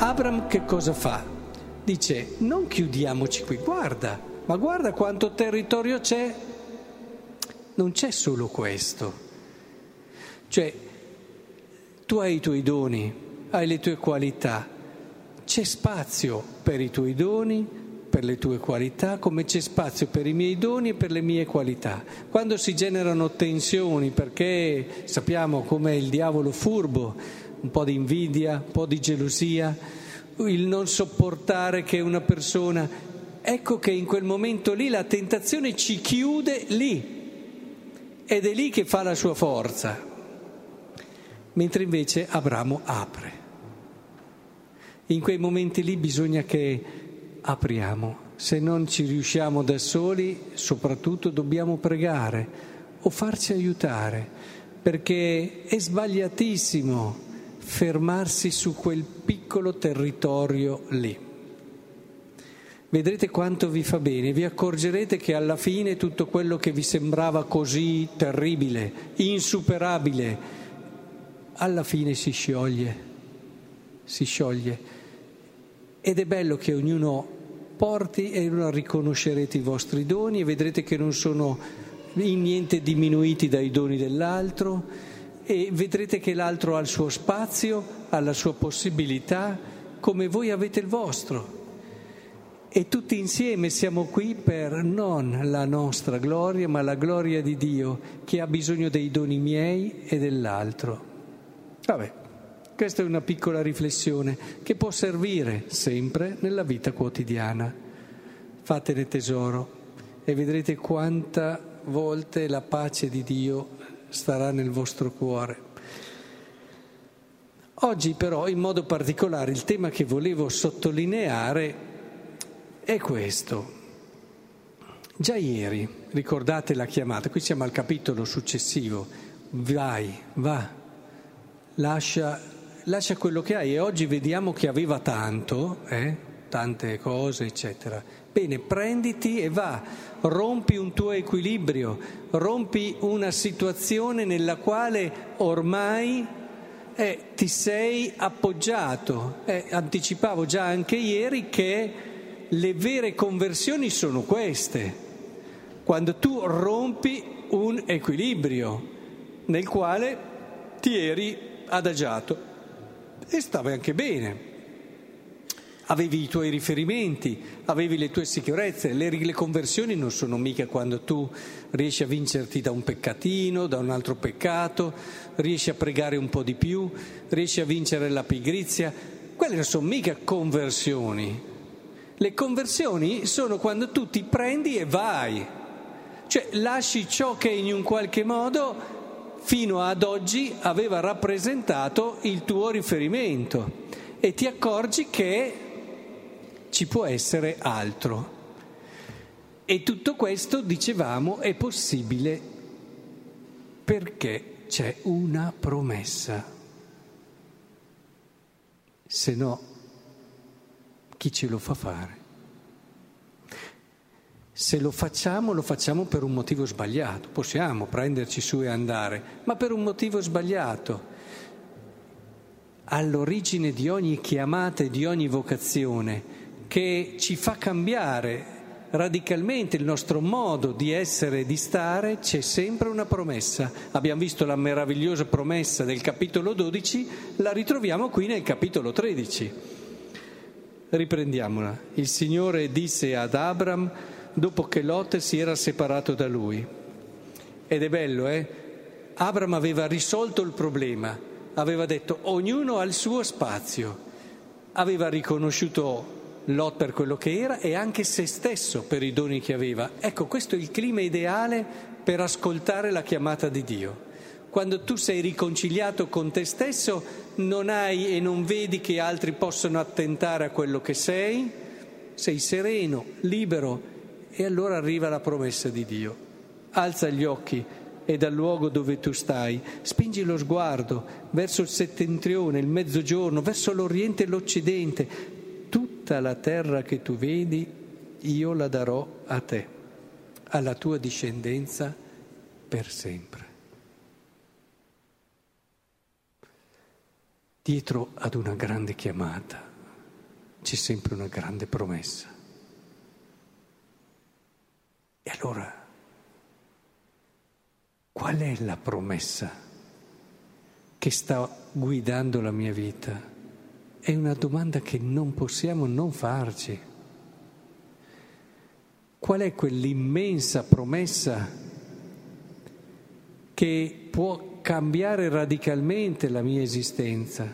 Abram che cosa fa? Dice, non chiudiamoci qui, ma guarda quanto territorio c'è. Non c'è solo questo. Cioè, tu hai i tuoi doni, hai le tue qualità, c'è spazio per i tuoi doni, per le tue qualità, come c'è spazio per i miei doni e per le mie qualità. Quando si generano tensioni, perché sappiamo com'è il diavolo furbo, un po' di invidia, un po' di gelosia, il non sopportare che una persona, ecco che in quel momento lì la tentazione ci chiude lì ed è lì che fa la sua forza, mentre invece Abramo apre. In quei momenti lì bisogna che apriamo. Se non ci riusciamo da soli, soprattutto dobbiamo pregare o farci aiutare, perché è sbagliatissimo fermarsi su quel piccolo territorio lì. Vedrete quanto vi fa bene, vi accorgerete che alla fine tutto quello che vi sembrava così terribile, insuperabile, alla fine si scioglie. Ed è bello che ognuno porti e allora riconoscerete i vostri doni e vedrete che non sono in niente diminuiti dai doni dell'altro e vedrete che l'altro ha il suo spazio, ha la sua possibilità, come voi avete il vostro. E tutti insieme siamo qui per non la nostra gloria, ma la gloria di Dio, che ha bisogno dei doni miei e dell'altro. Vabbè, questa è una piccola riflessione che può servire sempre nella vita quotidiana. Fatene tesoro e vedrete quanta volte la pace di Dio starà nel vostro cuore. Oggi però, in modo particolare, il tema che volevo sottolineare è questo. Già ieri, ricordate la chiamata, qui siamo al capitolo successivo, va, lascia quello che hai, e oggi vediamo che aveva tanto, tante cose, eccetera. Bene, prenditi e va, rompi un tuo equilibrio, rompi una situazione nella quale ormai ti sei appoggiato. Anticipavo già anche ieri che le vere conversioni sono queste, quando tu rompi un equilibrio nel quale ti eri adagiato e stavi anche bene, avevi i tuoi riferimenti, avevi le tue sicurezze. Le conversioni non sono mica quando tu riesci a vincerti da un peccatino, da un altro peccato, riesci a pregare un po' di più, riesci a vincere la pigrizia. Quelle non sono mica conversioni. Le conversioni sono quando tu ti prendi e vai, cioè lasci ciò che in un qualche modo fino ad oggi aveva rappresentato il tuo riferimento e ti accorgi che ci può essere altro. E tutto questo, dicevamo, è possibile perché c'è una promessa. Se no, chi ce lo fa fare? Se lo facciamo per un motivo sbagliato. Possiamo prenderci su e andare, ma per un motivo sbagliato. All'origine di ogni chiamata e di ogni vocazione che ci fa cambiare radicalmente il nostro modo di essere e di stare, c'è sempre una promessa. Abbiamo visto la meravigliosa promessa del capitolo 12, la ritroviamo qui nel capitolo 13. Riprendiamola. Il Signore disse ad Abram dopo che Lot si era separato da lui. Ed è bello, Abram aveva risolto il problema, aveva detto ognuno ha il suo spazio, aveva riconosciuto Lot per quello che era e anche se stesso per i doni che aveva. Ecco, questo è il clima ideale per ascoltare la chiamata di Dio. Quando tu sei riconciliato con te stesso, non hai e non vedi che altri possono attentare a quello che sei sereno, libero, e allora arriva la promessa di Dio. Alza gli occhi e dal luogo dove tu stai, spingi lo sguardo verso il settentrione, il mezzogiorno, verso l'oriente e l'occidente. Tutta la terra che tu vedi, io la darò a te, alla tua discendenza per sempre. Dietro ad una grande chiamata c'è sempre una grande promessa. E allora, qual è la promessa che sta guidando la mia vita? È una domanda che non possiamo non farci. Qual è quell'immensa promessa che può cambiare radicalmente la mia esistenza?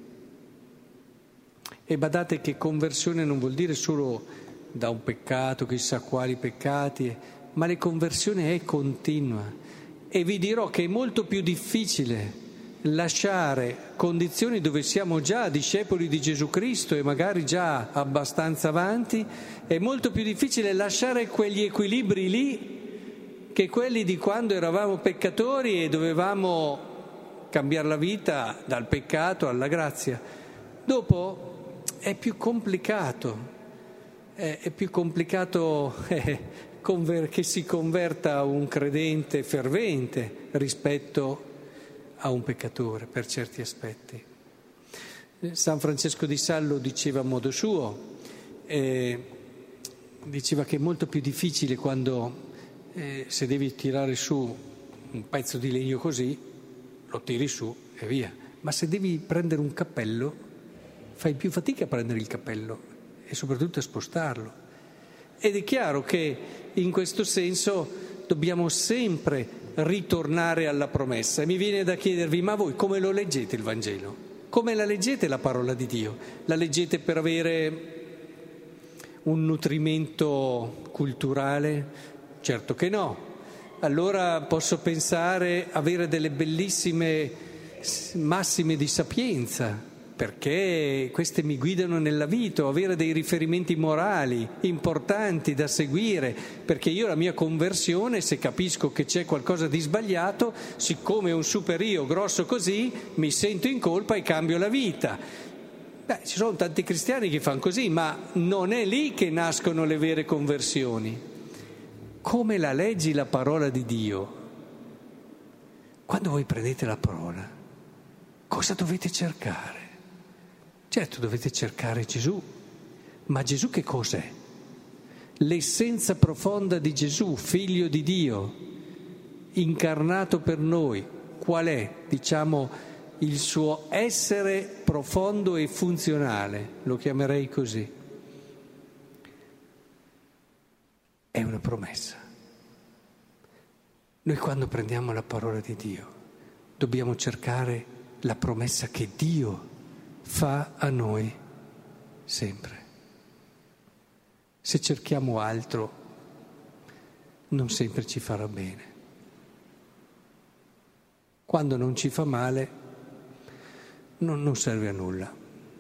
E badate che conversione non vuol dire solo da un peccato, chissà quali peccati, ma la conversione è continua. E vi dirò che è molto più difficile lasciare condizioni dove siamo già discepoli di Gesù Cristo e magari già abbastanza avanti, è molto più difficile lasciare quegli equilibri lì che quelli di quando eravamo peccatori e dovevamo cambiare la vita dal peccato alla grazia. Dopo è più complicato. È più complicato che si converta un credente fervente rispetto a un peccatore per certi aspetti. San Francesco di Sales lo diceva a modo suo, diceva che è molto più difficile quando se devi tirare su un pezzo di legno così, lo tiri su e via, ma se devi prendere un cappello fai più fatica a prendere il cappello e soprattutto a spostarlo. Ed è chiaro che in questo senso dobbiamo sempre ritornare alla promessa. E mi viene da chiedervi, ma voi come lo leggete il Vangelo? Come la leggete la parola di Dio? La leggete per avere un nutrimento culturale? Certo che no. Allora posso pensare avere delle bellissime massime di sapienza, perché queste mi guidano nella vita, avere dei riferimenti morali importanti da seguire, perché io la mia conversione, se capisco che c'è qualcosa di sbagliato, siccome è un super io grosso così, mi sento in colpa e cambio la vita. Ci sono tanti cristiani che fanno così, ma non è lì che nascono le vere conversioni. Come la leggi la parola di Dio? Quando voi prendete la parola, cosa dovete cercare? Certo, dovete cercare Gesù, ma Gesù che cos'è? L'essenza profonda di Gesù, figlio di Dio, incarnato per noi. Qual è, diciamo, il suo essere profondo e funzionale? Lo chiamerei così. È una promessa. Noi quando prendiamo la parola di Dio dobbiamo cercare la promessa che Dio fa a noi sempre. Se cerchiamo altro, non sempre ci farà bene. Quando non ci fa male, non serve a nulla.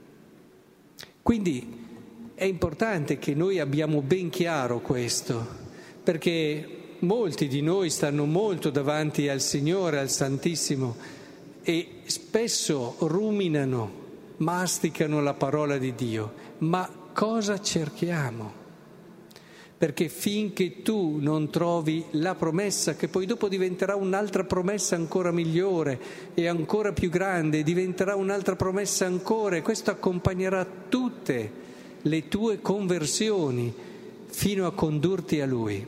Quindi è importante che noi abbiamo ben chiaro questo, perché molti di noi stanno molto davanti al Signore, al Santissimo, e spesso ruminano, masticano la parola di Dio, ma cosa cerchiamo? Perché finché tu non trovi la promessa, che poi dopo diventerà un'altra promessa ancora migliore e ancora più grande, diventerà un'altra promessa ancora, e questo accompagnerà tutte le tue conversioni fino a condurti a Lui.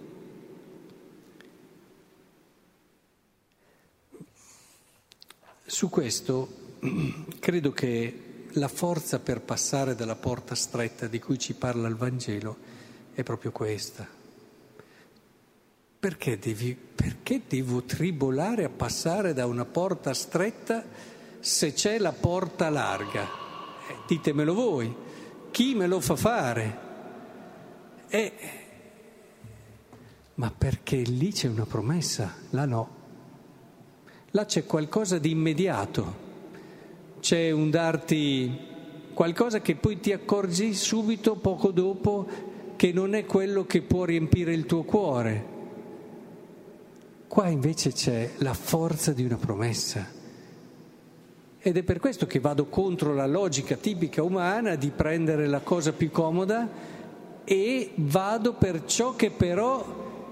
Su questo credo che la forza per passare dalla porta stretta di cui ci parla il Vangelo è proprio questa. Perché devo tribolare a passare da una porta stretta se c'è la porta larga? Ditemelo voi, chi me lo fa fare? Ma perché lì c'è una promessa, là no. Là c'è qualcosa di immediato. C'è un darti qualcosa che poi ti accorgi subito, poco dopo, che non è quello che può riempire il tuo cuore. Qua invece c'è la forza di una promessa. Ed è per questo che vado contro la logica tipica umana di prendere la cosa più comoda e vado per ciò che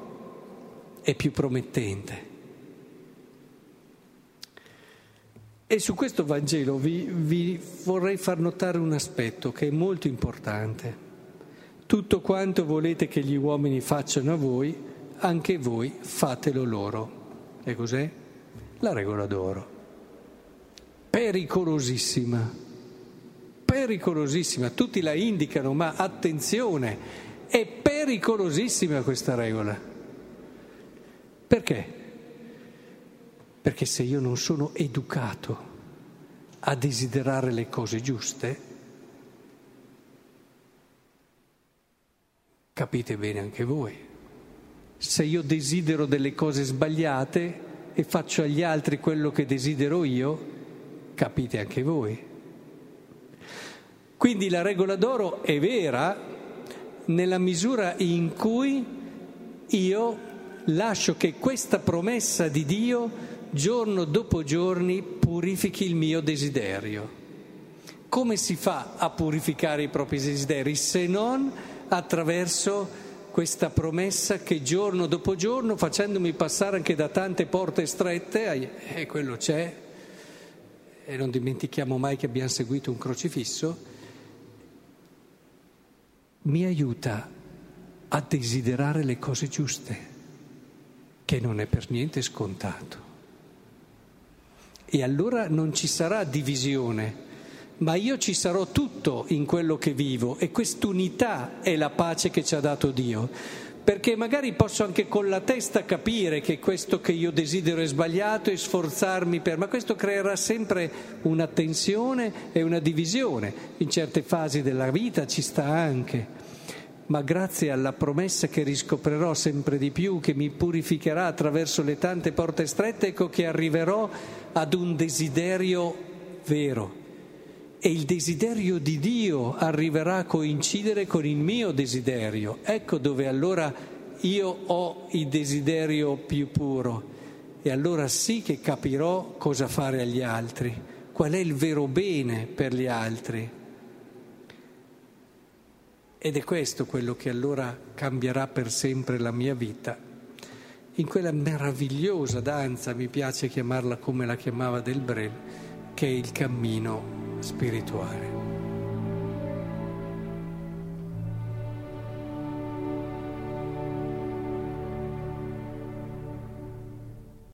però è più promettente. E su questo Vangelo vi vorrei far notare un aspetto che è molto importante. Tutto quanto volete che gli uomini facciano a voi, anche voi fatelo loro. E cos'è? La regola d'oro. Pericolosissima, pericolosissima. Tutti la indicano, ma attenzione, è pericolosissima questa regola. Perché? Perché se io non sono educato a desiderare le cose giuste, capite bene anche voi. Se io desidero delle cose sbagliate e faccio agli altri quello che desidero io, capite anche voi. Quindi la regola d'oro è vera nella misura in cui io lascio che questa promessa di Dio giorno dopo giorno purifichi il mio desiderio. Come si fa a purificare i propri desideri se non attraverso questa promessa che giorno dopo giorno, facendomi passare anche da tante porte strette, e quello c'è, e non dimentichiamo mai che abbiamo seguito un crocifisso, mi aiuta a desiderare le cose giuste, che non è per niente scontato. E allora non ci sarà divisione, ma io ci sarò tutto in quello che vivo, e quest'unità è la pace che ci ha dato Dio. Perché magari posso anche con la testa capire che questo che io desidero è sbagliato e sforzarmi ma questo creerà sempre una tensione e una divisione. In certe fasi della vita ci sta anche. Ma grazie alla promessa che riscoprirò sempre di più, che mi purificherà attraverso le tante porte strette, ecco che arriverò ad un desiderio vero. E il desiderio di Dio arriverà a coincidere con il mio desiderio. Ecco dove allora io ho il desiderio più puro. E allora sì che capirò cosa fare agli altri, qual è il vero bene per gli altri. Ed è questo quello che allora cambierà per sempre la mia vita. In quella meravigliosa danza, mi piace chiamarla come la chiamava Delbrel, che è il cammino spirituale.